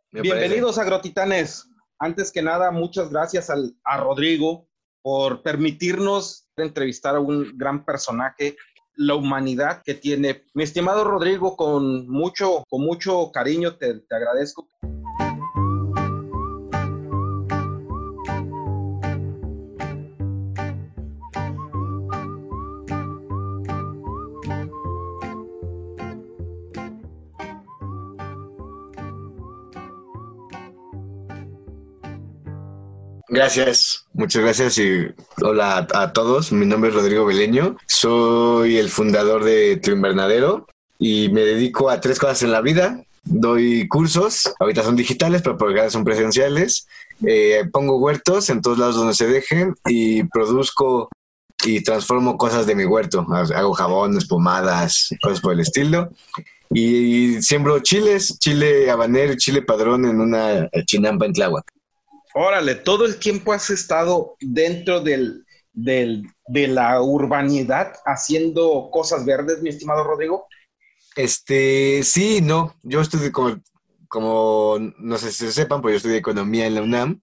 Me parece. Bienvenidos agrotitanes. Antes que nada, muchas gracias a Rodrigo por permitirnos entrevistar a un gran personaje, la humanidad que tiene. Mi estimado Rodrigo, con mucho cariño te agradezco. Gracias, muchas gracias y hola a todos. Mi nombre es Rodrigo Beleño, soy el fundador de Tu Invernadero y me dedico a tres cosas en la vida. Doy cursos, ahorita son digitales, pero por ahora son presenciales. Pongo huertos en todos lados donde se dejen y produzco y transformo cosas de mi huerto. Hago jabones, pomadas, cosas por el estilo. Y siembro chiles, chile habanero y chile padrón en una chinampa en Tláhuac. Órale, todo el tiempo has estado dentro de la urbanidad haciendo cosas verdes, mi estimado Rodrigo. Sí, no, yo estudié como, no sé si sepan, pues yo estudié economía en la UNAM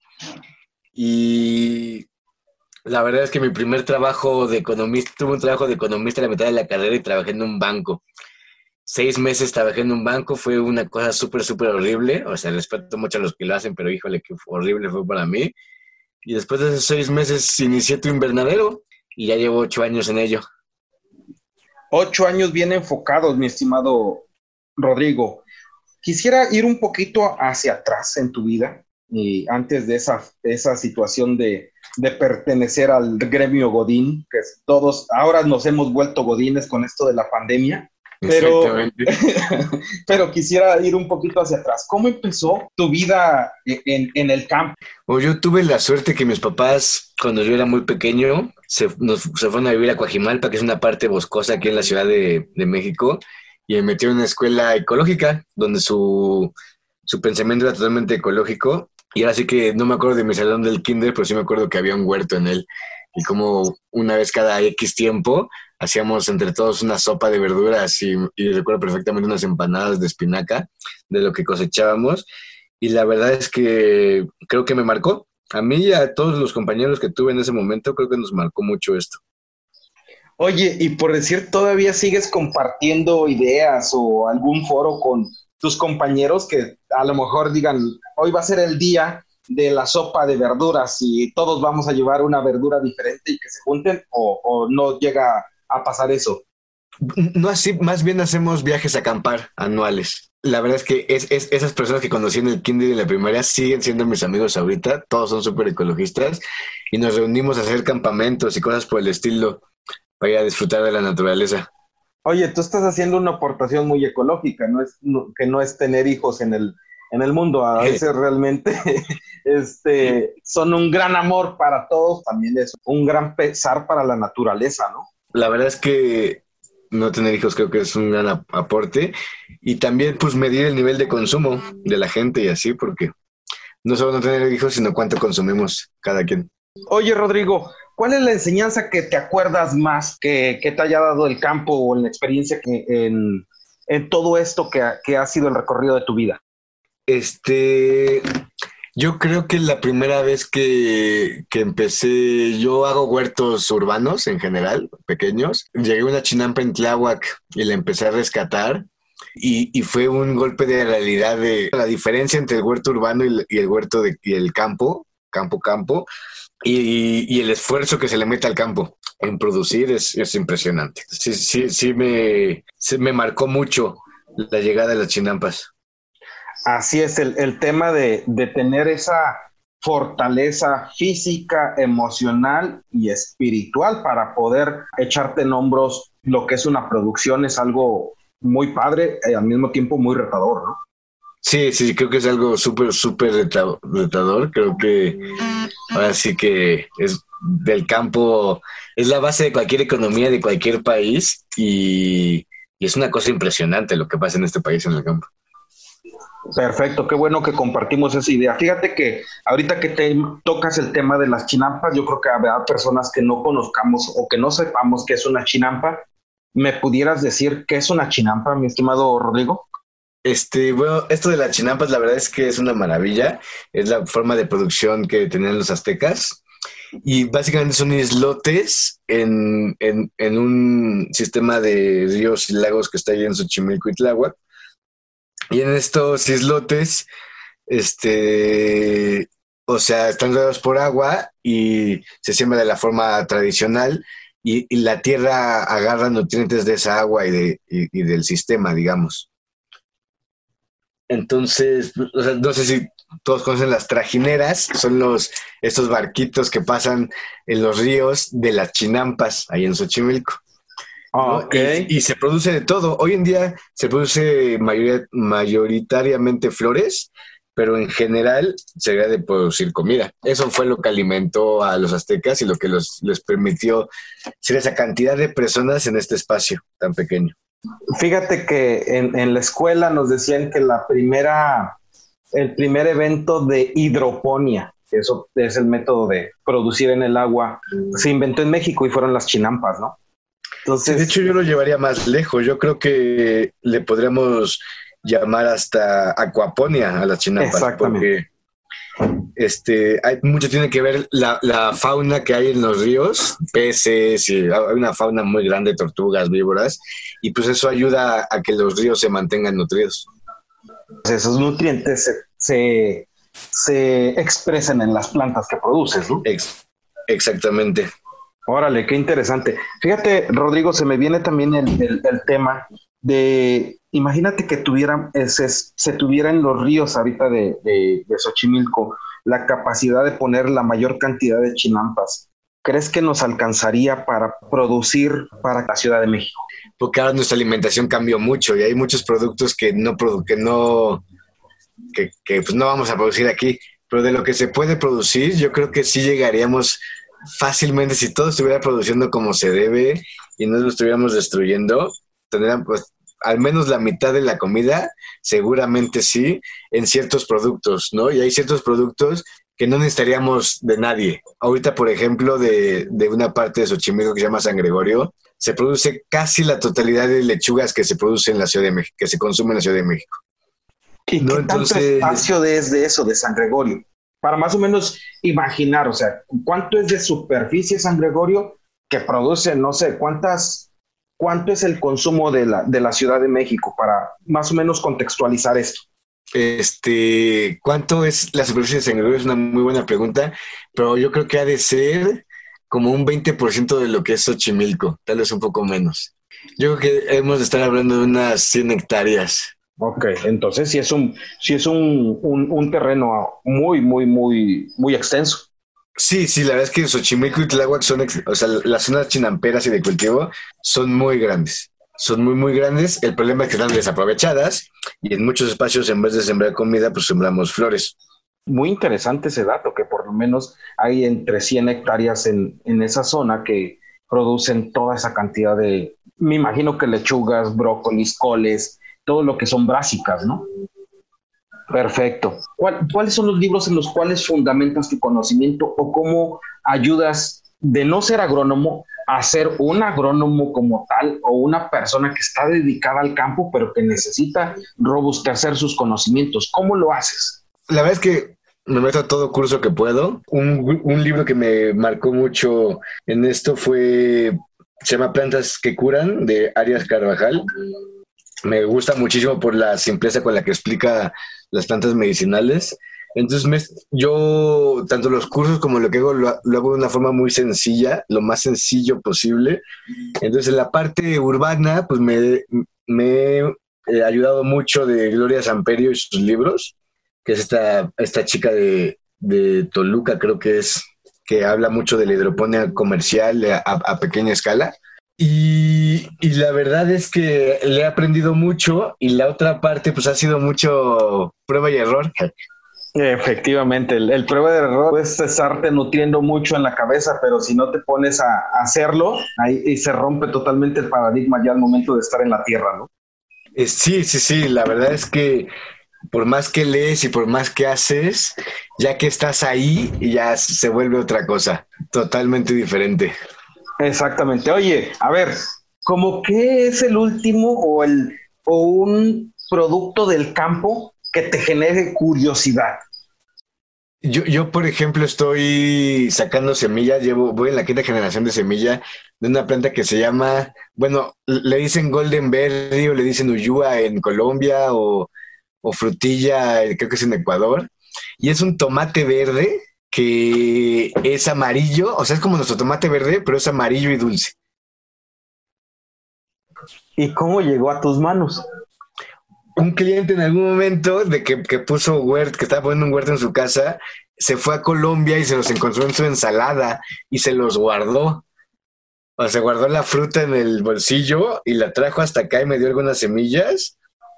y la verdad es que mi primer trabajo de economista, tuve un trabajo de economista a la mitad de la carrera y trabajé en un banco. 6 meses trabajé en un banco, fue una cosa súper horrible, o sea, respeto mucho a los que lo hacen, pero híjole, qué horrible fue para mí. Y después de esos 6 meses inicié Tu Invernadero y ya llevo 8 años en ello. 8 años bien enfocados, mi estimado Rodrigo. Quisiera ir un poquito hacia atrás en tu vida, y antes de esa situación de pertenecer al gremio Godín, que todos ahora nos hemos vuelto Godines con esto de la pandemia, pero, Exactamente. pero quisiera ir un poquito hacia atrás. ¿Cómo empezó tu vida en el campo? O yo tuve la suerte que mis papás, cuando yo era muy pequeño, se fueron a vivir a Coajimalpa, que es una parte boscosa aquí en la Ciudad de México, y me metieron en una escuela ecológica, donde su pensamiento era totalmente ecológico. Y ahora sí que no me acuerdo de mi salón del kinder, pero sí me acuerdo que había un huerto en él. Y como una vez cada X tiempo hacíamos entre todos una sopa de verduras y recuerdo perfectamente unas empanadas de espinaca de lo que cosechábamos. Y la verdad es que creo que me marcó. A mí y a todos los compañeros que tuve en ese momento, creo que nos marcó mucho esto. Oye, y por decir, ¿todavía sigues compartiendo ideas o algún foro con tus compañeros que a lo mejor digan, hoy va a ser el día de la sopa de verduras y todos vamos a llevar una verdura diferente y que se junten o no llega a pasar eso? No así, más bien hacemos viajes a acampar anuales. La verdad es que esas personas que conocí en el kinder y en la primaria siguen siendo mis amigos ahorita. Todos son súper ecologistas y nos reunimos a hacer campamentos y cosas por el estilo para ir a disfrutar de la naturaleza. Oye, tú estás haciendo una aportación muy ecológica, que no es tener hijos en el mundo. A veces realmente son un gran amor para todos, también es un gran pesar para la naturaleza, ¿no? La verdad es que no tener hijos creo que es un gran aporte y también pues medir el nivel de consumo de la gente y así, porque no solo no tener hijos, sino cuánto consumimos cada quien. Oye, Rodrigo, ¿cuál es la enseñanza que te acuerdas más que te haya dado el campo o la experiencia en todo esto que ha sido el recorrido de tu vida? Este, yo creo que la primera vez que empecé, yo hago huertos urbanos en general, pequeños. Llegué a una chinampa en Tláhuac y la empecé a rescatar. Y fue un golpe de realidad de la diferencia entre el huerto urbano y el huerto y el campo, campo, y el esfuerzo que se le mete al campo en producir es impresionante. Sí me marcó mucho la llegada de las chinampas. Así es, el tema de tener esa fortaleza física, emocional y espiritual para poder echarte en hombros lo que es una producción es algo muy padre y al mismo tiempo muy retador, ¿no? Sí, creo que es algo súper retador. Creo que ahora sí que es del campo, es la base de cualquier economía de cualquier país y es una cosa impresionante lo que pasa en este país en el campo. Perfecto, qué bueno que compartimos esa idea. Fíjate que ahorita que te tocas el tema de las chinampas, yo creo que habrá personas que no conozcamos o que no sepamos qué es una chinampa. ¿Me pudieras decir qué es una chinampa, mi estimado Rodrigo? Bueno, esto de las chinampas, la verdad es que es una maravilla. Es la forma de producción que tenían los aztecas. Y básicamente son islotes en un sistema de ríos y lagos que está ahí en Xochimilco y Tláhuac. Y en estos islotes, este, o sea, están rodeados por agua y se siembra de la forma tradicional y la tierra agarra nutrientes de esa agua y del sistema, digamos. Entonces, o sea, no sé si todos conocen las trajineras, son estos barquitos que pasan en los ríos de las chinampas, ahí en Xochimilco, ¿no? Ok. Y se produce de todo. Hoy en día se produce mayoritariamente flores, pero en general se debe de producir comida. Eso fue lo que alimentó a los aztecas y lo que les permitió ser esa cantidad de personas en este espacio tan pequeño. Fíjate que en la escuela nos decían que el primer evento de hidroponía, que eso es el método de producir en el agua, se inventó en México y fueron las chinampas, ¿no? Sí, de Entonces, hecho, yo lo llevaría más lejos. Yo creo que le podríamos llamar hasta acuaponia a las chinampas, exactamente. porque hay mucho tiene que ver la fauna que hay en los ríos, peces, y hay una fauna muy grande, tortugas, víboras, y pues eso ayuda a que los ríos se mantengan nutridos. Esos nutrientes se expresan en las plantas que produces, ¿no? Exactamente. Órale, qué interesante. Fíjate, Rodrigo, se me viene también el tema de, imagínate que se tuviera en los ríos ahorita de Xochimilco la capacidad de poner la mayor cantidad de chinampas. ¿Crees que nos alcanzaría para producir para la Ciudad de México? Porque ahora nuestra alimentación cambió mucho y hay muchos productos que pues no vamos a producir aquí, pero de lo que se puede producir, yo creo que sí llegaríamos fácilmente si todo estuviera produciendo como se debe y no lo estuviéramos destruyendo, tendrían pues al menos la mitad de la comida, seguramente sí, en ciertos productos, ¿no? Y hay ciertos productos que no necesitaríamos de nadie. Ahorita, por ejemplo, de una parte de Xochimilco que se llama San Gregorio, se produce casi la totalidad de lechugas que se produce en la Ciudad de México, que se consume en la Ciudad de México. ¿Y ¿No? qué tanto Entonces, espacio es de eso, de San Gregorio? Para más o menos imaginar, o sea, ¿cuánto es de superficie San Gregorio que produce, no sé, cuánto es el consumo de la Ciudad de México para más o menos contextualizar esto? ¿cuánto es la superficie de San Gregorio? Es una muy buena pregunta, pero yo creo que ha de ser como un 20% de lo que es Xochimilco, tal vez un poco menos. Yo creo que hemos de estar hablando de unas 100 hectáreas. Ok, entonces sí es un terreno muy, muy, muy, muy extenso. Sí, sí, la verdad es que Xochimilco y Tláhuac o sea, las zonas chinamperas y de cultivo son muy grandes. Son muy, muy grandes. El problema es que están desaprovechadas y en muchos espacios, en vez de sembrar comida, pues sembramos flores. Muy interesante ese dato, que por lo menos hay entre 100 hectáreas en esa zona que producen toda esa cantidad de, me imagino que lechugas, brócolis, coles, todo lo que son brásicas, ¿no? Perfecto. ¿Cuáles son los libros en los cuales fundamentas tu conocimiento o cómo ayudas de no ser agrónomo a ser un agrónomo como tal o una persona que está dedicada al campo pero que necesita robustecer sus conocimientos? ¿Cómo lo haces? La verdad es que me meto a todo curso que puedo. Un libro que me marcó mucho en esto se llama Plantas que curan, de Arias Carvajal. Me gusta muchísimo por la simpleza con la que explica las plantas medicinales. Entonces, yo, tanto los cursos como lo que hago, lo hago de una forma muy sencilla, lo más sencillo posible. Entonces, en la parte urbana, pues me he ayudado mucho de Gloria Samperio y sus libros, que es esta chica de Toluca, creo que es, que habla mucho de la hidroponía comercial a pequeña escala. Y la verdad es que le he aprendido mucho y la otra parte pues ha sido mucho prueba y error. Efectivamente, el prueba de error puedes estarte nutriendo mucho en la cabeza, pero si no te pones a hacerlo, ahí se rompe totalmente el paradigma ya al momento de estar en la tierra, ¿no? Sí, sí, sí, la verdad es que por más que lees y por más que haces, ya que estás ahí, ya se vuelve otra cosa, totalmente diferente. Exactamente. Oye, a ver, ¿cómo qué es el último o un producto del campo que te genere curiosidad? Yo, por ejemplo, estoy sacando semillas, voy en la quinta generación de semilla de una planta que se llama, bueno, le dicen Golden Berry o le dicen Uyua en Colombia o frutilla, creo que es en Ecuador, y es un tomate verde que es amarillo, o sea, es como nuestro tomate verde, pero es amarillo y dulce. ¿Y cómo llegó a tus manos? Un cliente en algún momento de que puso huerto, que estaba poniendo un huerto en su casa, se fue a Colombia y se los encontró en su ensalada y se los guardó. O sea, guardó la fruta en el bolsillo y la trajo hasta acá y me dio algunas semillas.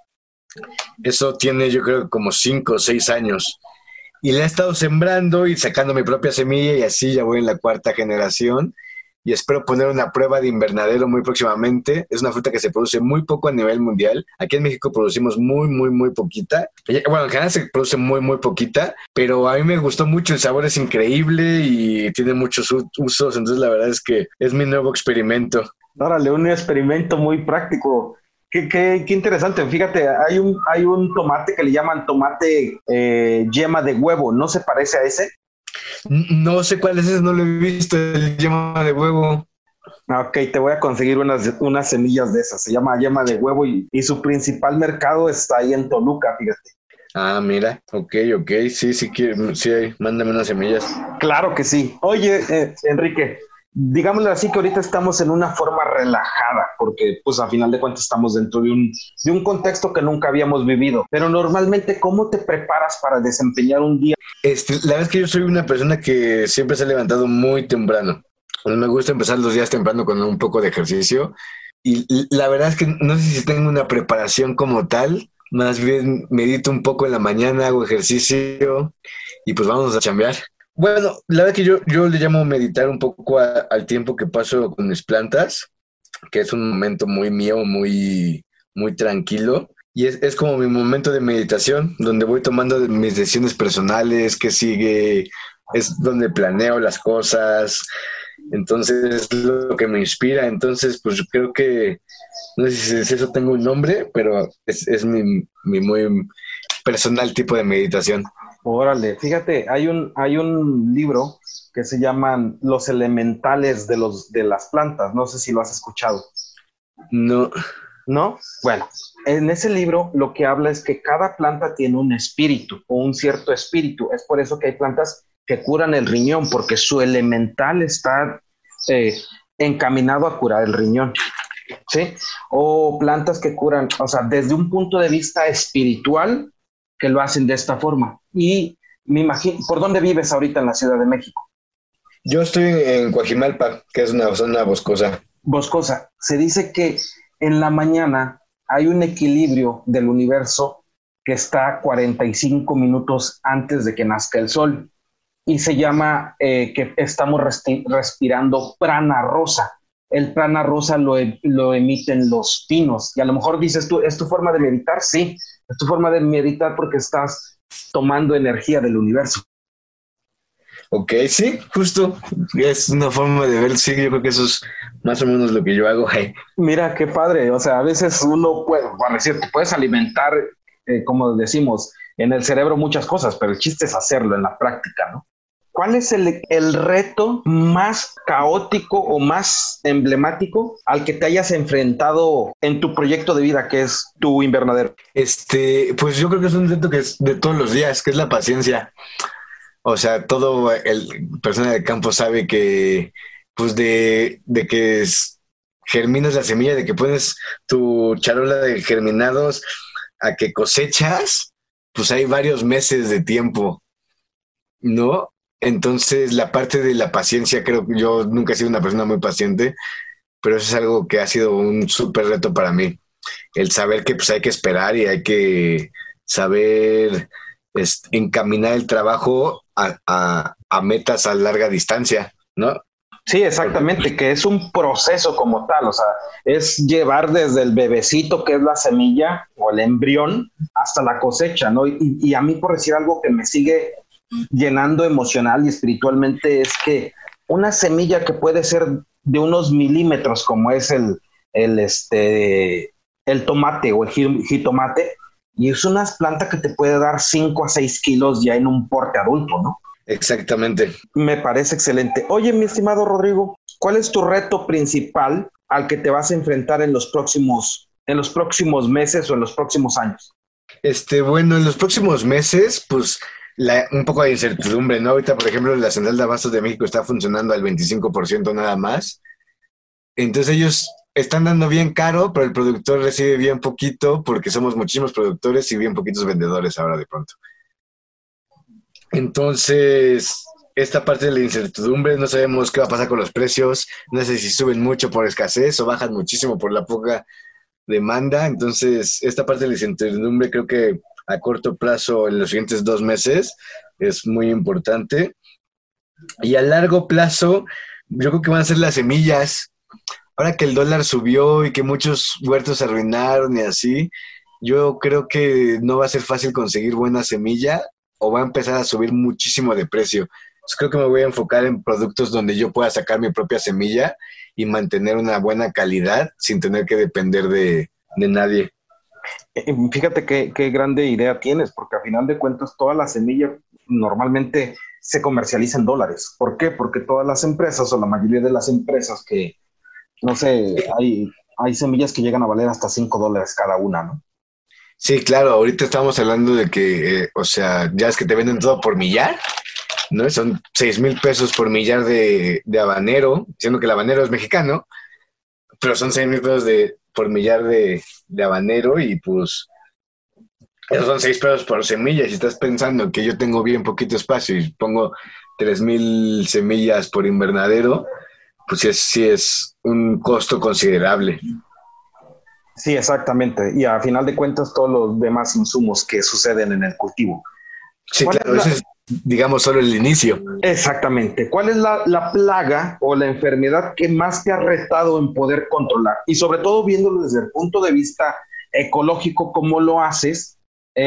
Eso tiene, yo creo, como 5 o 6 años. Y la he estado sembrando y sacando mi propia semilla y así ya voy en la cuarta generación. Y espero poner una prueba de invernadero muy próximamente. Es una fruta que se produce muy poco a nivel mundial. Aquí en México producimos muy poquita. Bueno, en general se produce muy poquita, pero a mí me gustó mucho. El sabor es increíble y tiene muchos usos. Entonces la verdad es que es mi nuevo experimento. Órale, un experimento muy práctico. Qué interesante. Fíjate, hay un tomate que le llaman tomate yema de huevo. ¿No se parece a ese? No sé cuál es ese, no lo he visto, el yema de huevo. Ok, te voy a conseguir unas semillas de esas. Se llama yema de huevo y su principal mercado está ahí en Toluca, fíjate. Ah, mira, ok, sí, mándame unas semillas. Claro que sí. Oye, Enrique, digámoslo así que ahorita estamos en una forma relajada, porque pues a final de cuentas estamos dentro de un contexto que nunca habíamos vivido. Pero normalmente, ¿cómo te preparas para desempeñar un día? La verdad es que yo soy una persona que siempre se ha levantado muy temprano. Me gusta empezar los días temprano con un poco de ejercicio. Y la verdad es que no sé si tengo una preparación como tal. Más bien medito un poco en la mañana, hago ejercicio y pues vamos a chambear. Bueno, la verdad que yo le llamo meditar un poco al tiempo que paso con mis plantas, que es un momento muy mío, muy tranquilo. Y es como mi momento de meditación, donde voy tomando mis decisiones personales, que sigue, es donde planeo las cosas. Entonces es lo que me inspira. Entonces, pues yo creo que, no sé si eso tengo un nombre, pero es mi muy personal tipo de meditación. Órale, fíjate, hay un libro que se llaman Los elementales de las plantas. No sé si lo has escuchado. No, ¿No? Bueno, en ese libro lo que habla es que cada planta tiene un espíritu o un cierto espíritu. Es por eso que hay plantas que curan el riñón, porque su elemental está encaminado a curar el riñón, ¿sí? O plantas que curan, o sea, desde un punto de vista espiritual, que lo hacen de esta forma. Y me imagino, ¿por dónde vives ahorita en la Ciudad de México? yo estoy en Coajimalpa, que es una zona boscosa. Boscosa. Se dice que en la mañana hay un equilibrio del universo que está 45 minutos antes de que nazca el sol y se llama que estamos respirando prana rosa. El prana rosa lo emiten los pinos y a lo mejor dices tú, ¿es tu forma de meditar? Sí, es tu forma de meditar porque estás tomando energía del universo. Ok, sí, justo. Es una forma de ver, sí, yo creo que eso es más o menos lo que yo hago. Mira, qué padre. O sea, a veces uno puede, bueno, decir, te puedes alimentar, como decimos, en el cerebro muchas cosas, pero el chiste es hacerlo en la práctica, ¿no? ¿Cuál es el reto más caótico o más emblemático al que te hayas enfrentado en tu proyecto de vida, que es tu invernadero? Pues yo creo que es un reto que es de todos los días, que es la paciencia. O sea, todo el persona de campo sabe que, pues de que germinas la semilla, de que pones tu charola de germinados a que cosechas, pues hay varios meses de tiempo, ¿no? Entonces, la parte de la paciencia, creo que yo nunca he sido una persona muy paciente, pero eso es algo que ha sido un súper reto para mí. El saber que pues hay que esperar y hay que saber encaminar el trabajo a metas a larga distancia, ¿no? Sí, exactamente, que es un proceso como tal, o sea, es llevar desde el bebecito que es la semilla o el embrión hasta la cosecha, ¿no? Y a mí, por decir algo que me sigue llenando emocional y espiritualmente, es que una semilla que puede ser de unos milímetros, como es el tomate o el jitomate, y es una planta que te puede dar 5 a 6 kilos ya en un porte adulto, ¿no? Exactamente. Me parece excelente. Oye, mi estimado Rodrigo, ¿cuál es tu reto principal al que te vas a enfrentar en los próximos meses o en los próximos años? Bueno, en los próximos meses, pues un poco de incertidumbre, ¿no? Ahorita, por ejemplo, la Central de Abastos de México está funcionando al 25% nada más. Entonces ellos están dando bien caro, pero el productor recibe bien poquito porque somos muchísimos productores y bien poquitos vendedores ahora de pronto. Entonces, esta parte de la incertidumbre, no sabemos qué va a pasar con los precios, no sé si suben mucho por escasez o bajan muchísimo por la poca demanda. Entonces, esta parte de la incertidumbre creo que a corto plazo, en los siguientes 2 meses, es muy importante. Y a largo plazo, yo creo que van a ser las semillas. Ahora que el dólar subió y que muchos huertos se arruinaron y así, yo creo que no va a ser fácil conseguir buena semilla o va a empezar a subir muchísimo de precio. Entonces creo que me voy a enfocar en productos donde yo pueda sacar mi propia semilla y mantener una buena calidad sin tener que depender de nadie. Fíjate qué grande idea tienes, porque a final de cuentas toda la semilla normalmente se comercializa en dólares. ¿Por qué? Porque todas las empresas o la mayoría de las empresas que, no sé, hay semillas que llegan a valer hasta $5 cada una, ¿no? Sí, claro, ahorita estamos hablando de que, o sea, ya es que te venden todo por millar, ¿no? Son 6,000 pesos por millar de habanero, siendo que el habanero es mexicano, pero son 6,000 pesos por millar de habanero y pues esos son 6 pesos por semilla. Si estás pensando que yo tengo bien poquito espacio y pongo 3,000 semillas por invernadero, pues sí es un costo considerable. Sí, exactamente. Y a final de cuentas todos los demás insumos que suceden en el cultivo. Sí, ¿Cuál es claro, ese es, digamos, solo el inicio. exactamente? ¿Cuál es la plaga o la enfermedad que más te ha retado en poder controlar? Y sobre todo viéndolo desde el punto de vista ecológico, cómo lo haces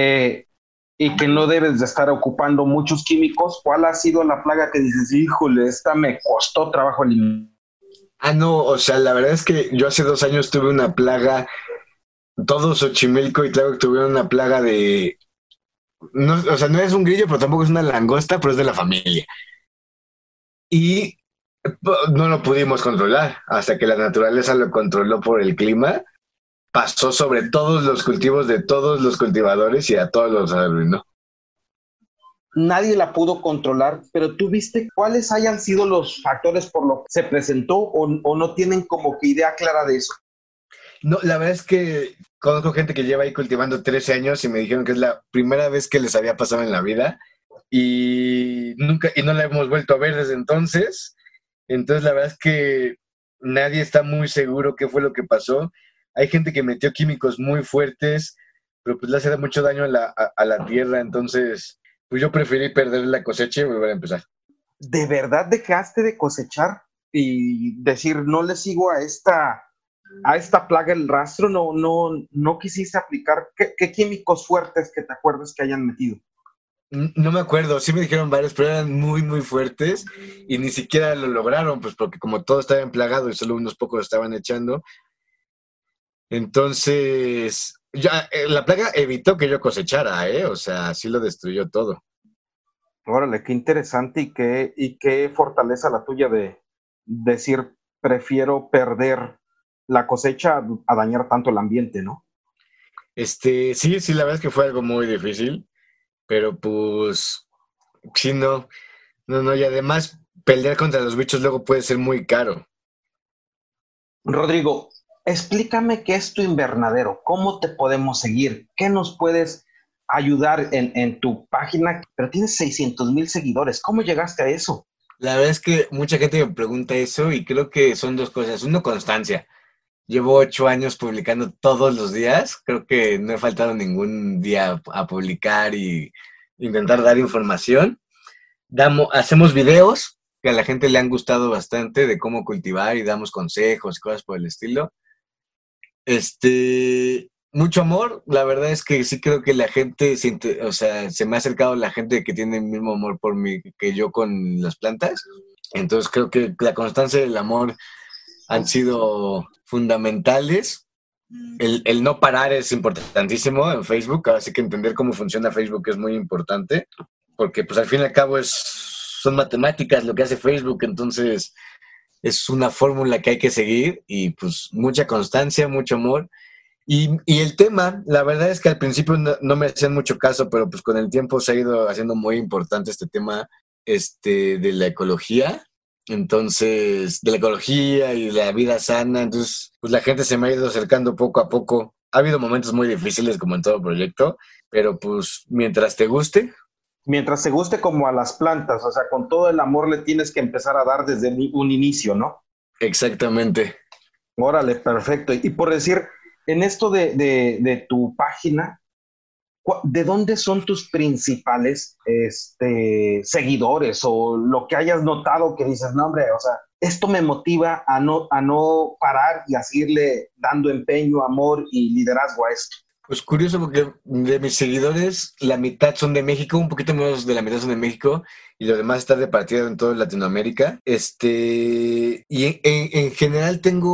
y que no debes de estar ocupando muchos químicos. ¿Cuál ha sido la plaga que dices, híjole, esta me costó trabajo eliminar? Ah, no, o sea, la verdad es que yo hace 2 años tuve una plaga, todo Xochimilco y Tláhuac tuvieron una plaga no, o sea, no es un grillo, pero tampoco es una langosta, pero es de la familia. Y no lo pudimos controlar hasta que la naturaleza lo controló por el clima. Pasó sobre todos los cultivos de todos los cultivadores y a todos los arruinó. Nadie la pudo controlar, pero tú viste cuáles hayan sido los factores por los que se presentó o no tienen como que idea clara de eso. No, la verdad es que conozco gente que lleva ahí cultivando 13 años y me dijeron que es la primera vez que les había pasado en la vida y no la hemos vuelto a ver desde entonces. Entonces la verdad es que nadie está muy seguro qué fue lo que pasó. Hay gente que metió químicos muy fuertes, pero pues le hace mucho daño a la tierra. Entonces, pues yo preferí perder la cosecha y volver a empezar. ¿De verdad dejaste de cosechar y decir, no le sigo a esta plaga el rastro? No quisiste aplicar. ¿Qué químicos fuertes que te acuerdas que hayan metido? No me acuerdo, sí me dijeron varios, pero eran muy, muy fuertes y ni siquiera lo lograron, pues porque como todo estaba emplagado y solo unos pocos lo estaban echando, entonces ya la plaga evitó que yo cosechara, ¿eh? O sea, sí lo destruyó todo. Órale, qué interesante y qué fortaleza la tuya de decir, prefiero perder la cosecha a dañar tanto el ambiente, ¿no? Sí, sí, la verdad es que fue algo muy difícil, pero pues sí, no, no, no, y además pelear contra los bichos luego puede ser muy caro. Rodrigo, explícame qué es tu invernadero, cómo te podemos seguir, qué nos puedes ayudar en tu página, pero tienes 600,000 seguidores, ¿cómo llegaste a eso? La verdad es que mucha gente me pregunta eso y creo que son dos cosas. Uno, constancia. Llevo 8 años publicando todos los días. Creo que no he faltado ningún día a publicar y intentar dar información. Hacemos videos que a la gente le han gustado bastante de cómo cultivar y damos consejos y cosas por el estilo. Mucho amor. La verdad es que sí creo que la gente, o sea, se me ha acercado la gente que tiene el mismo amor por mí que yo con las plantas. Entonces creo que la constancia y el amor han sido fundamentales. El no parar es importantísimo en Facebook, así que entender cómo funciona Facebook es muy importante, porque pues al fin y al cabo son matemáticas lo que hace Facebook, entonces es una fórmula que hay que seguir y pues mucha constancia, mucho amor. Y el tema, la verdad es que al principio no me hacían mucho caso, pero pues con el tiempo se ha ido haciendo muy importante este tema de la ecología. Entonces, de la ecología y de la vida sana. Entonces, pues la gente se me ha ido acercando poco a poco. Ha habido momentos muy difíciles como en todo proyecto, pero pues mientras te guste. Mientras te guste como a las plantas, o sea, con todo el amor le tienes que empezar a dar desde un inicio, ¿no? Exactamente. Órale, perfecto. Y por decir, en esto de tu página, ¿de dónde son tus principales seguidores o lo que hayas notado que dices, no, hombre, o sea, esto me motiva a no parar y a seguirle dando empeño, amor y liderazgo a esto? Pues curioso porque de mis seguidores, la mitad son de México, un poquito menos de la mitad son de México y lo demás está repartido en toda Latinoamérica. Y en general tengo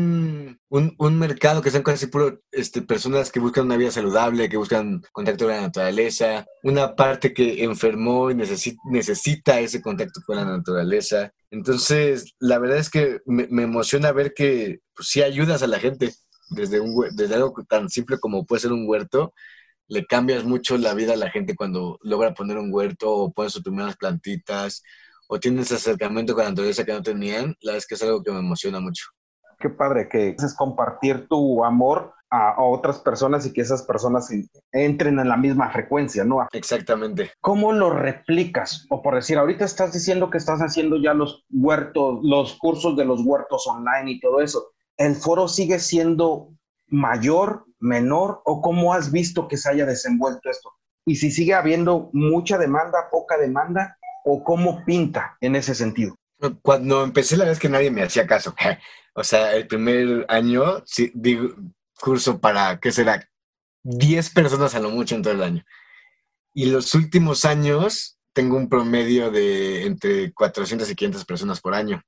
un mercado que son casi puro personas que buscan una vida saludable, que buscan contacto con la naturaleza, una parte que enfermó y necesita ese contacto con la naturaleza. Entonces, la verdad es que me emociona ver que pues, sí ayudas a la gente desde algo tan simple como puede ser un huerto, le cambias mucho la vida a la gente cuando logra poner un huerto o pone sus primeras plantitas o tiene ese acercamiento con la naturaleza que no tenían. La verdad es que es algo que me emociona mucho. Qué padre que es compartir tu amor a otras personas y que esas personas entren en la misma frecuencia, ¿no? Exactamente. ¿Cómo lo replicas? O por decir, ahorita estás diciendo que estás haciendo ya los huertos, los cursos de los huertos online y todo eso. ¿El foro sigue siendo mayor, menor o cómo has visto que se haya desenvuelto esto? Y si sigue habiendo mucha demanda, poca demanda o cómo pinta en ese sentido. Cuando empecé, la verdad es que nadie me hacía caso. O sea, el primer año, sí, digo, curso para, ¿qué será? 10 personas a lo mucho en todo el año. Y los últimos años tengo un promedio de entre 400 y 500 personas por año.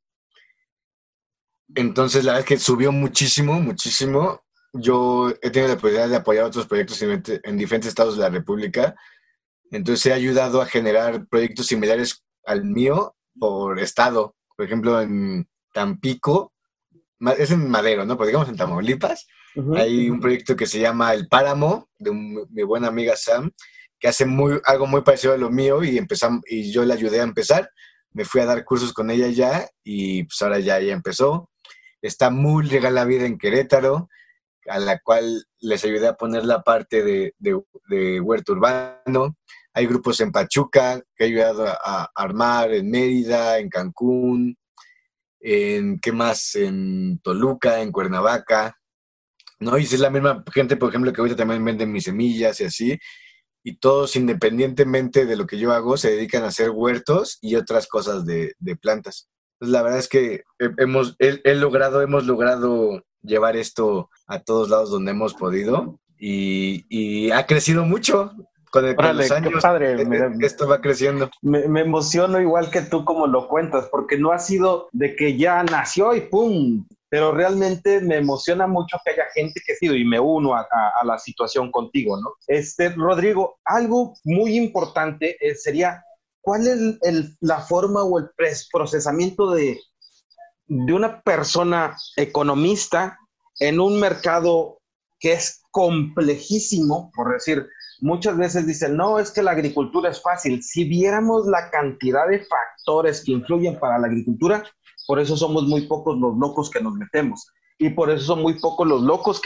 Entonces, la verdad es que subió muchísimo, muchísimo. Yo he tenido la oportunidad de apoyar otros proyectos en diferentes estados de la República. Entonces, he ayudado a generar proyectos similares al mío por estado. Por ejemplo, en Tampico, es en Madero, ¿no? Pero digamos en Tamaulipas, hay un proyecto que se llama El Páramo, de mi buena amiga Sam, que hace algo muy parecido a lo mío y yo le ayudé a empezar. Me fui a dar cursos con ella ya y pues ahora ya empezó. Está muy legal la vida en Querétaro, a la cual les ayudé a poner la parte de huerto urbano. Hay grupos en Pachuca que he ayudado a armar, en Mérida, en Cancún, ¿qué más? En Toluca, en Cuernavaca, ¿no? Y si es la misma gente, por ejemplo, que ahorita también venden mis semillas y así, y todos independientemente de lo que yo hago, se dedican a hacer huertos y otras cosas de plantas. Pues la verdad es que hemos logrado llevar esto a todos lados donde hemos podido y ha crecido mucho con los Órale, qué años. padre. Esto va creciendo. Me emociono igual que tú como lo cuentas, porque no ha sido de que ya nació y ¡pum! Pero realmente me emociona mucho que haya gente que ha sido y me uno a la situación contigo, ¿no? Rodrigo, algo muy importante sería, ¿cuál es la forma o el procesamiento de una persona economista en un mercado que es complejísimo, por decir, muchas veces dicen, no, es que la agricultura es fácil. Si viéramos la cantidad de factores que influyen para la agricultura, por eso somos muy pocos los locos que nos metemos. Y por eso son muy pocos los locos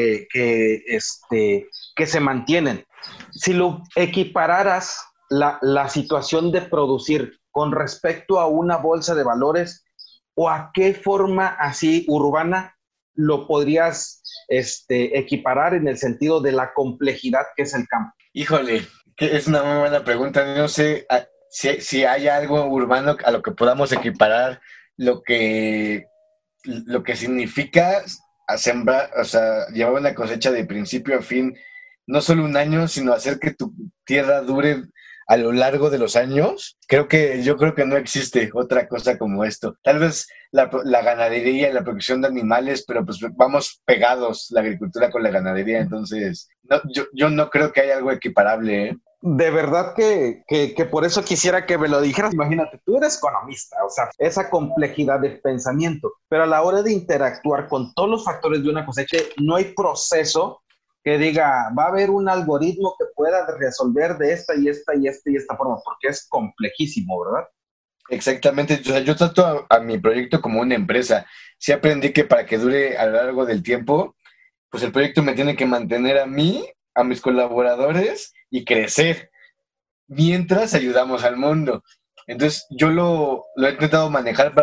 que se mantienen. Si lo equipararas la situación de producir con respecto a una bolsa de valores, o a qué forma así urbana lo podrías equiparar en el sentido de la complejidad que es el campo. Híjole, que es una muy buena pregunta. No sé si hay algo urbano a lo que podamos equiparar lo que, lo que significa a sembrar, o sea, llevar una cosecha de principio a fin, no solo un año, sino hacer que tu tierra dure a lo largo de los años, yo creo que no existe otra cosa como esto. Tal vez la ganadería y la producción de animales, pero pues vamos pegados la agricultura con la ganadería, entonces yo no creo que haya algo equiparable, ¿eh? De verdad que por eso quisiera que me lo dijeras. Imagínate, tú eres economista, o sea, esa complejidad de pensamiento, pero a la hora de interactuar con todos los factores de una cosecha, no hay proceso que diga, va a haber un algoritmo que pueda resolver de esta y esta y esta y esta forma, porque es complejísimo, ¿verdad? Exactamente, o sea, yo trato a mi proyecto como una empresa. Sí aprendí que para que dure a lo largo del tiempo, pues el proyecto me tiene que mantener a mí, a mis colaboradores y crecer mientras ayudamos al mundo. Entonces, yo lo he intentado manejar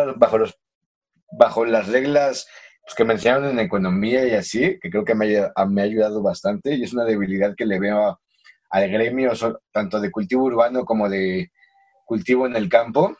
bajo las reglas pues, que me enseñaron en economía y así, que creo que me ha ayudado bastante y es una debilidad que le veo al gremio, tanto de cultivo urbano como de cultivo en el campo,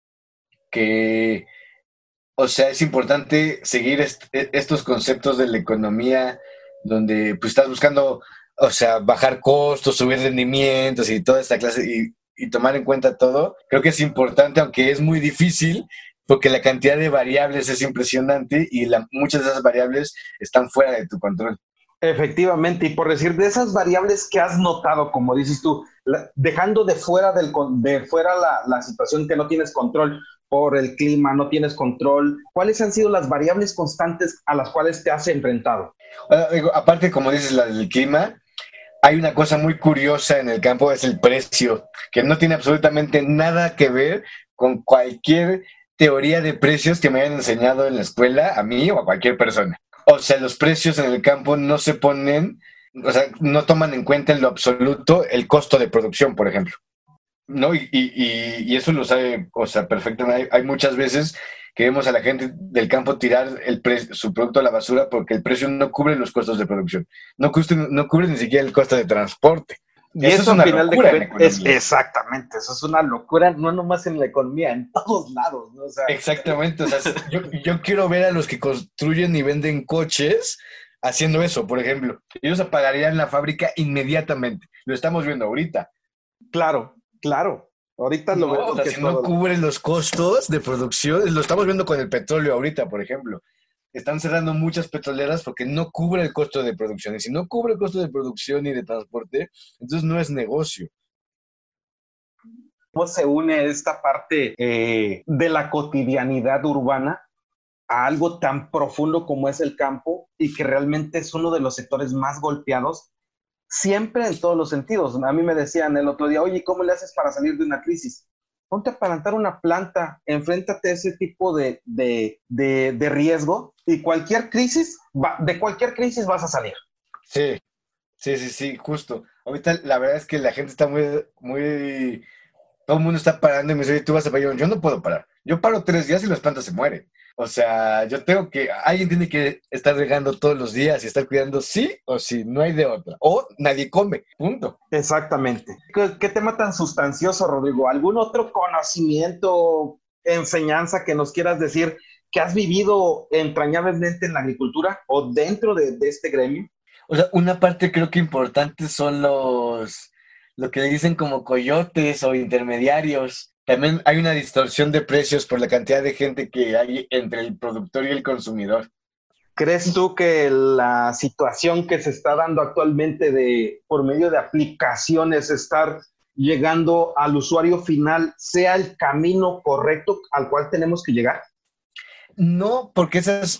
que, o sea, es importante seguir estos conceptos de la economía donde pues estás buscando, o sea, bajar costos, subir rendimientos y toda esta clase y tomar en cuenta todo. Creo que es importante, aunque es muy difícil, porque la cantidad de variables es impresionante y muchas de esas variables están fuera de tu control. Efectivamente, y por decir de esas variables que has notado, como dices tú, dejando de fuera, de fuera la situación que no tienes control por el clima, no tienes control, ¿cuáles han sido las variables constantes a las cuales te has enfrentado? Digo, aparte, como dices, la del clima, hay una cosa muy curiosa en el campo, es el precio, que no tiene absolutamente nada que ver con cualquier teoría de precios que me hayan enseñado en la escuela, a mí o a cualquier persona. O sea, los precios en el campo no se ponen, o sea, no toman en cuenta en lo absoluto el costo de producción, por ejemplo. ¿No? Y eso lo sabe, o sea, perfectamente. Hay muchas veces que vemos a la gente del campo tirar su producto a la basura porque el precio no cubre los costos de producción, no cubre ni siquiera el costo de transporte. Y Eso es eso al una final de locura en cuentas es economía. exactamente, eso es una locura, no nomás en la economía, en todos lados, ¿no? O sea, Exactamente, o sea, yo quiero ver a los que construyen y venden coches haciendo eso, por ejemplo. Ellos apagarían la fábrica inmediatamente. Lo estamos viendo ahorita. claro, claro. Ahorita lo No, o vemos sea, que si no todo. cubre los costos de producción, lo estamos viendo con el petróleo ahorita, por ejemplo. Están cerrando muchas petroleras porque no cubre el costo de producción. Y si no cubre el costo de producción y de transporte, entonces no es negocio. ¿Cómo se une esta parte de la cotidianidad urbana a algo tan profundo como es el campo y que realmente es uno de los sectores más golpeados, siempre en todos los sentidos? A mí me decían el otro día, oye, ¿cómo le haces para salir de una crisis? Ponte a plantar una planta, enfréntate a ese tipo de riesgo y de cualquier crisis vas a salir. Sí, sí, justo. Ahorita la verdad es que la gente está muy, todo el mundo está parando y me dice, "Oye, tú vas a parar". Yo no puedo parar. Yo paro 3 días y las plantas se mueren. O sea, alguien tiene que estar regando todos los días y estar cuidando sí o sí, no hay de otra. O nadie come, punto. Exactamente. ¿Qué tema tan sustancioso, Rodrigo? ¿Algún otro conocimiento, enseñanza que nos quieras decir que has vivido entrañablemente en la agricultura o dentro de este gremio? O sea, una parte creo que importante son lo que le dicen como coyotes o intermediarios. También hay una distorsión de precios por la cantidad de gente que hay entre el productor y el consumidor. ¿Crees tú que la situación que se está dando actualmente por medio de aplicaciones, estar llegando al usuario final, sea el camino correcto al cual tenemos que llegar? No, porque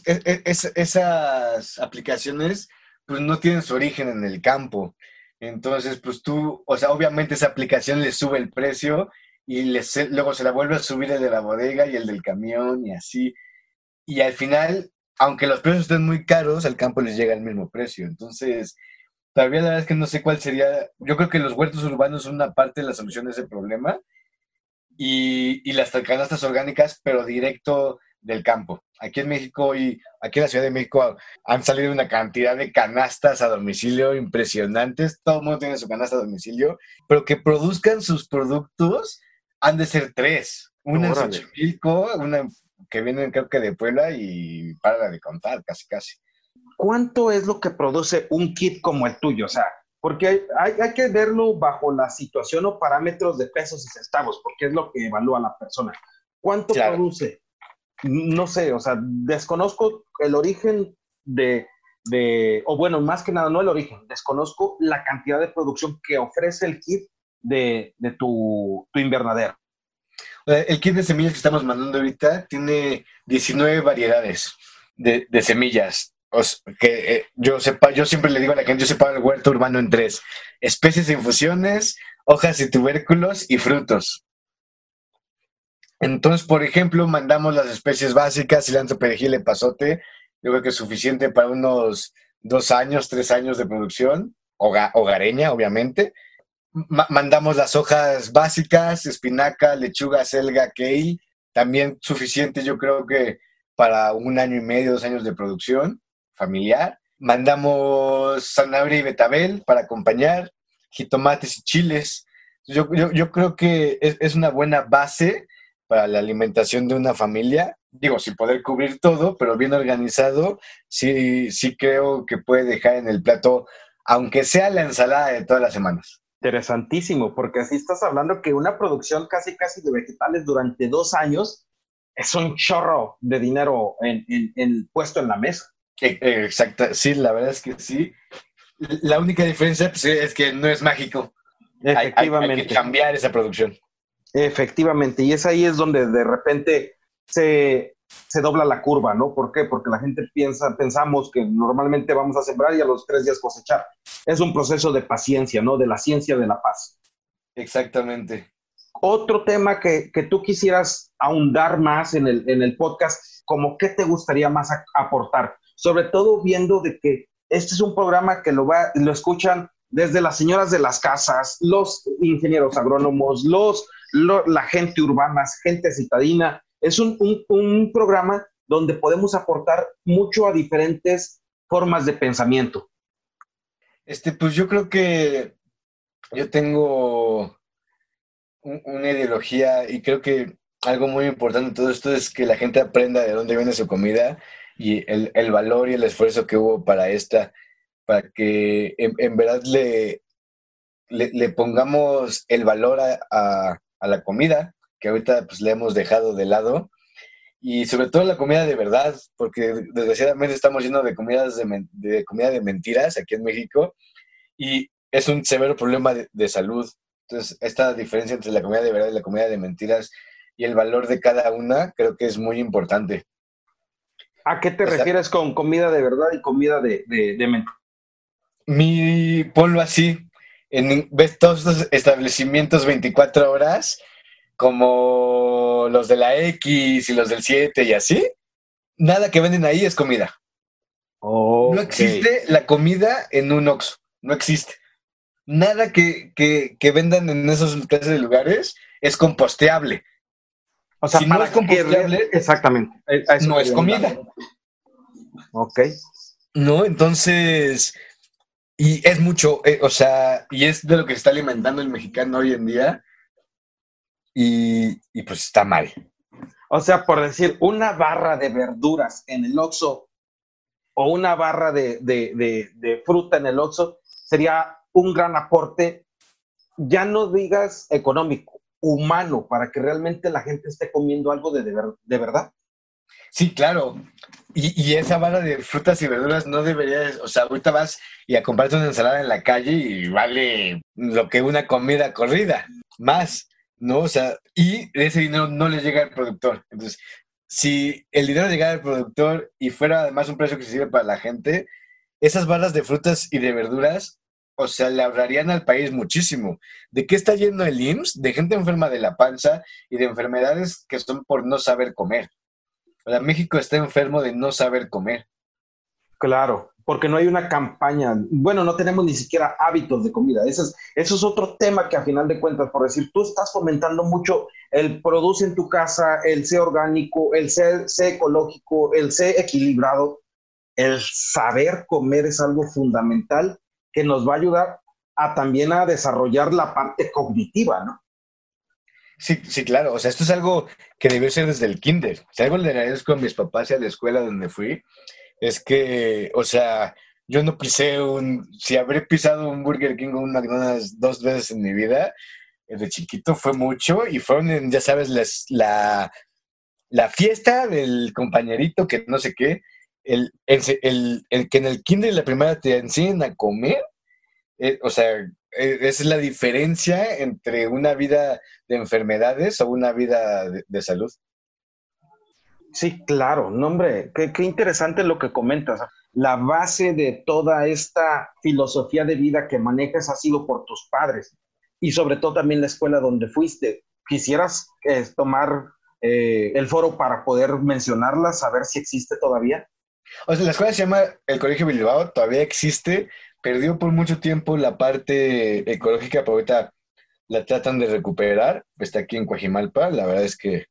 esas aplicaciones pues no tienen su origen en el campo. Entonces, pues o sea, obviamente esa aplicación le sube el precio y luego se la vuelve a subir el de la bodega y el del camión y así. Y al final, aunque los precios estén muy caros, al campo les llega el mismo precio. Entonces, todavía la verdad es que no sé cuál sería. Yo creo que los huertos urbanos son una parte de la solución de ese problema y las canastas orgánicas, pero directo del campo. Aquí en México y aquí en la Ciudad de México han salido una cantidad de canastas a domicilio impresionantes. Todo el mundo tiene su canasta a domicilio, pero que produzcan sus productos han de ser tres. Una en Órale. Xochimilco, una que vienen creo que de Puebla y para de contar, casi. ¿Cuánto es lo que produce un kit como el tuyo? O sea, porque hay que verlo bajo la situación o parámetros de pesos y centavos, porque es lo que evalúa la persona. ¿Cuánto Claro. produce? No sé, o sea, desconozco el origen o bueno, más que nada, no el origen, desconozco la cantidad de producción que ofrece el kit de tu invernadero. El kit de semillas que estamos mandando ahorita tiene 19 variedades de semillas. Yo siempre le digo a la gente, yo separo el huerto urbano en tres: especies e infusiones, hojas y tubérculos y frutos. Entonces, por ejemplo, mandamos las especies básicas: cilantro, perejil, epazote. Yo creo que es suficiente para unos 2 años, 3 años de producción, hogareña, obviamente. Mandamos las hojas básicas: espinaca, lechuga, selga, kale. También suficiente, yo creo que para 1 año y medio, 2 años de producción familiar. Mandamos zanahoria y betabel para acompañar, jitomates y chiles. Yo creo que es una buena base para la alimentación de una familia. Digo, sin poder cubrir todo, pero bien organizado, sí creo que puede dejar en el plato, aunque sea la ensalada de todas las semanas. Interesantísimo, porque así estás hablando que una producción casi casi de vegetales durante 2 años es un chorro de dinero puesto en la mesa. Exacto, sí, la verdad es que sí. La única diferencia, pues, es que no es mágico. Hay que Efectivamente, cambiar esa producción. efectivamente. Y es ahí es donde de repente se dobla la curva, ¿no? ¿Por qué? Porque la gente pensamos que normalmente vamos a sembrar y a los 3 días cosechar. Es un proceso de paciencia, ¿no? De la ciencia de la paz. Exactamente. Otro tema que tú quisieras ahondar más en el podcast, como qué te gustaría más aportar, sobre todo viendo de que este es un programa que lo escuchan desde las señoras de las casas, los ingenieros agrónomos, la gente urbana, gente citadina. Es un programa donde podemos aportar mucho a diferentes formas de pensamiento. Pues yo creo que yo tengo una ideología, y creo que algo muy importante de todo esto es que la gente aprenda de dónde viene su comida y el valor y el esfuerzo que hubo para que en verdad le pongamos el valor a la comida, que ahorita pues le hemos dejado de lado, y sobre todo la comida de verdad, porque desgraciadamente estamos llenos de de comida de mentiras aquí en México, y es un severo problema de salud. Entonces, esta diferencia entre la comida de verdad y la comida de mentiras y el valor de cada una, creo que es muy importante. ¿A qué te O sea, refieres con comida de verdad y comida de mentira? ponlo así: ves todos estos establecimientos 24 horas, como los de la X y los del 7 y así, nada que venden ahí es comida. No Ok. existe la comida en un Oxxo, no existe. Nada que vendan en esos clases de lugares es composteable. O Si sea, no es para que composteable, exactamente, a eso no es quería andar. comida, Ok. ¿no? Entonces, y es mucho, o sea, y es de lo que se está alimentando el mexicano hoy en día, y pues está mal. O sea, por decir, una barra de verduras en el Oxxo o una barra de fruta en el Oxxo sería un gran aporte, ya no digas económico, humano, para que realmente la gente esté comiendo algo de verdad. Sí, claro. Y esa barra de frutas y verduras no debería, o sea, ahorita vas y a comprarte una ensalada en la calle y vale lo que una comida corrida, más, ¿no? O sea, y ese dinero no le llega al productor. Entonces, si el dinero llegara al productor y fuera además un precio que se sirve para la gente, esas barras de frutas y de verduras, o sea, le ahorrarían al país muchísimo. ¿De qué está lleno el IMSS? De gente enferma de la panza y de enfermedades que son por no saber comer. O sea, México está enfermo de no saber comer. Claro, porque no hay una campaña, bueno, no tenemos ni siquiera hábitos de comida. Eso es otro tema que a final de cuentas, por decir, tú estás fomentando mucho el produce en tu casa, el ser orgánico, el ser ecológico, el ser equilibrado. El saber comer es algo fundamental que nos va a ayudar también a desarrollar la parte cognitiva, ¿no? Sí, sí, claro. O sea, esto es algo que debió ser desde el kinder. Si algo le agradezco a mis papás y a la escuela donde fui, es que, o sea, yo no si habré pisado un Burger King o un McDonald's 2 veces en mi vida, de chiquito fue mucho y fueron, ya sabes, la fiesta del compañerito que no sé qué, el que en el kinder y la primaria te enseñen a comer, o sea, esa es la diferencia entre una vida de enfermedades o una vida de salud. Sí, claro, no, hombre, qué interesante lo que comentas. La base de toda esta filosofía de vida que manejas ha sido por tus padres y sobre todo también la escuela donde fuiste. ¿Quisieras tomar el foro para poder mencionarla, saber si existe todavía? O sea, la escuela se llama el Colegio Bilbao, todavía existe, perdió por mucho tiempo la parte ecológica, pero ahorita la tratan de recuperar, está aquí en Coajimalpa, la verdad es que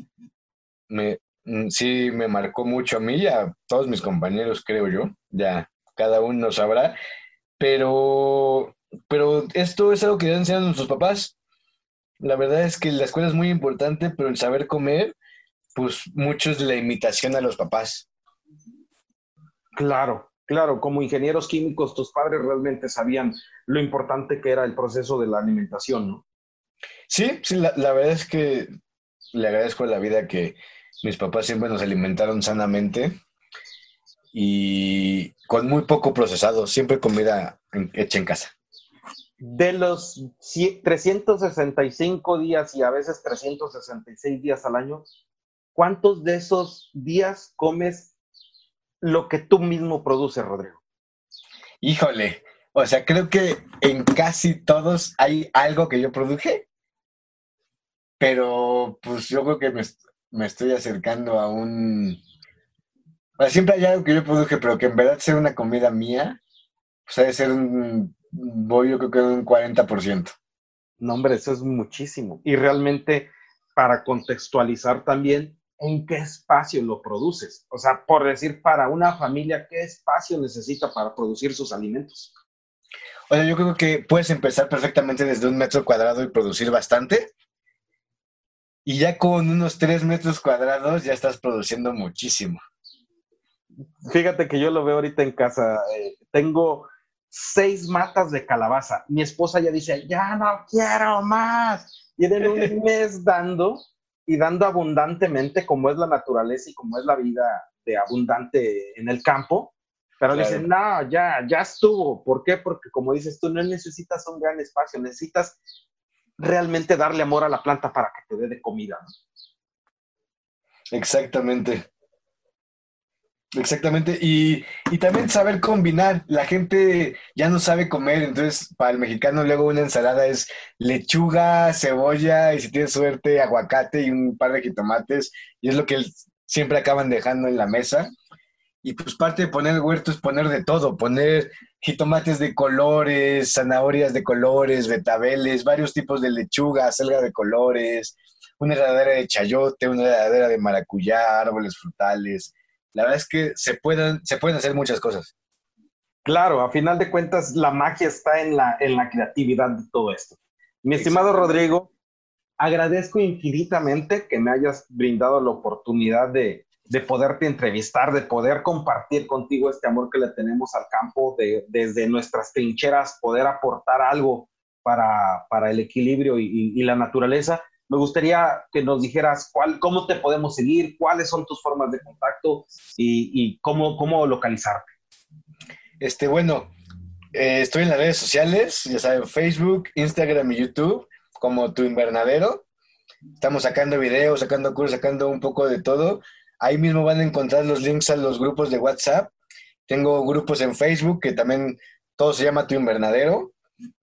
sí me marcó mucho a mí y a todos mis compañeros, creo yo, ya cada uno sabrá, pero esto es algo que deben enseñar nuestros papás. La verdad es que la escuela es muy importante, pero el saber comer, pues mucho es la imitación a los papás. Claro, claro, como ingenieros químicos, tus padres realmente sabían lo importante que era el proceso de la alimentación, ¿no? Sí, sí, la verdad es que le agradezco a la vida que mis papás siempre nos alimentaron sanamente y con muy poco procesado, siempre comida hecha en casa. De los 365 días y a veces 366 días al año, ¿cuántos de esos días comes lo que tú mismo produces, Rodrigo? Híjole, o sea, creo que en casi todos hay algo que yo produje, pero pues yo creo que me estoy acercando a o sea, siempre hay algo que yo produje, pero que en verdad sea una comida mía, pues ha de ser voy yo creo que un 40%. No, hombre, eso es muchísimo. Y realmente, para contextualizar también, ¿en qué espacio lo produces? O sea, por decir, para una familia, ¿qué espacio necesita para producir sus alimentos? O sea, yo creo que puedes empezar perfectamente desde 1 metro cuadrado y producir bastante. Y ya con unos 3 metros cuadrados ya estás produciendo muchísimo. Fíjate que yo lo veo ahorita en casa. Tengo 6 matas de calabaza. Mi esposa ya dice, ya no quiero más. Tienen un mes dando y dando abundantemente, como es la naturaleza y como es la vida de abundante en el campo. Pero Claro. dicen, no, ya estuvo. ¿Por qué? Porque como dices tú, no necesitas un gran espacio, necesitas realmente darle amor a la planta para que te dé de comida, ¿no? Exactamente. Exactamente. Y también saber combinar. La gente ya no sabe comer, entonces para el mexicano luego una ensalada es lechuga, cebolla y si tienes suerte aguacate y un par de jitomates y es lo que siempre acaban dejando en la mesa. Y pues parte de poner el huerto es poner de todo, poner jitomates de colores, zanahorias de colores, betabeles, varios tipos de lechuga, selga de colores, una heladera de chayote, una heladera de maracuyá, árboles frutales. La verdad es que se pueden hacer muchas cosas. Claro, a final de cuentas, la magia está en la creatividad de todo esto. Mi estimado Exactamente. Rodrigo, agradezco infinitamente que me hayas brindado la oportunidad de poderte entrevistar, de poder compartir contigo este amor que le tenemos al campo, desde nuestras trincheras, poder aportar algo para el equilibrio y la naturaleza. Me gustaría que nos dijeras cómo te podemos seguir, cuáles son tus formas de contacto y cómo localizarte. Bueno, estoy en las redes sociales, ya saben, Facebook, Instagram y YouTube, como Tu Invernadero. Estamos sacando videos, sacando cursos, sacando un poco de todo. Ahí mismo van a encontrar los links a los grupos de WhatsApp. Tengo grupos en Facebook que también todo se llama Tu Invernadero.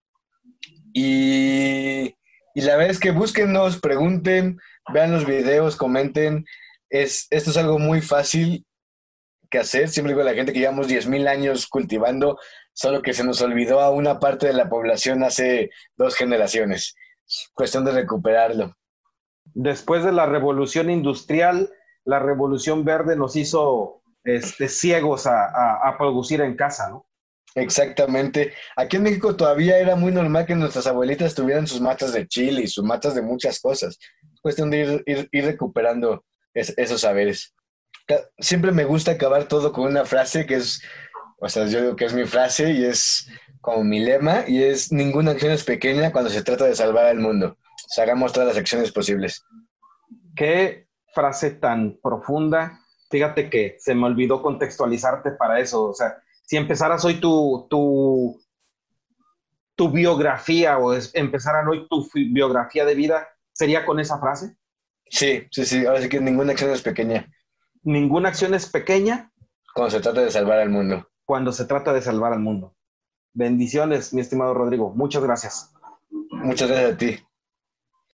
Y, y la verdad es que búsquennos, pregunten, vean los videos, comenten. Esto es algo muy fácil que hacer. Siempre digo a la gente que llevamos 10,000 años cultivando, solo que se nos olvidó a una parte de la población hace 2 generaciones. Cuestión de recuperarlo. Después de la revolución industrial, la revolución verde nos hizo ciegos a producir en casa, ¿no? Exactamente. Aquí en México todavía era muy normal que nuestras abuelitas tuvieran sus matas de chile y sus matas de muchas cosas. Es cuestión de ir recuperando esos saberes. Siempre me gusta acabar todo con una frase que es O sea, yo digo que es mi frase y es como mi lema y es ninguna acción es pequeña cuando se trata de salvar al mundo. O sea, hagamos todas las acciones posibles. Qué frase tan profunda. Fíjate que se me olvidó contextualizarte para eso. O sea, si empezaras hoy tu biografía empezaran hoy tu biografía de vida, ¿sería con esa frase? Sí, sí, sí. Ahora sí que ninguna acción es pequeña Ninguna acción es pequeña cuando se trata de salvar al mundo. cuando se trata de salvar al mundo. Bendiciones, mi estimado Rodrigo. Muchas gracias. Muchas gracias a ti.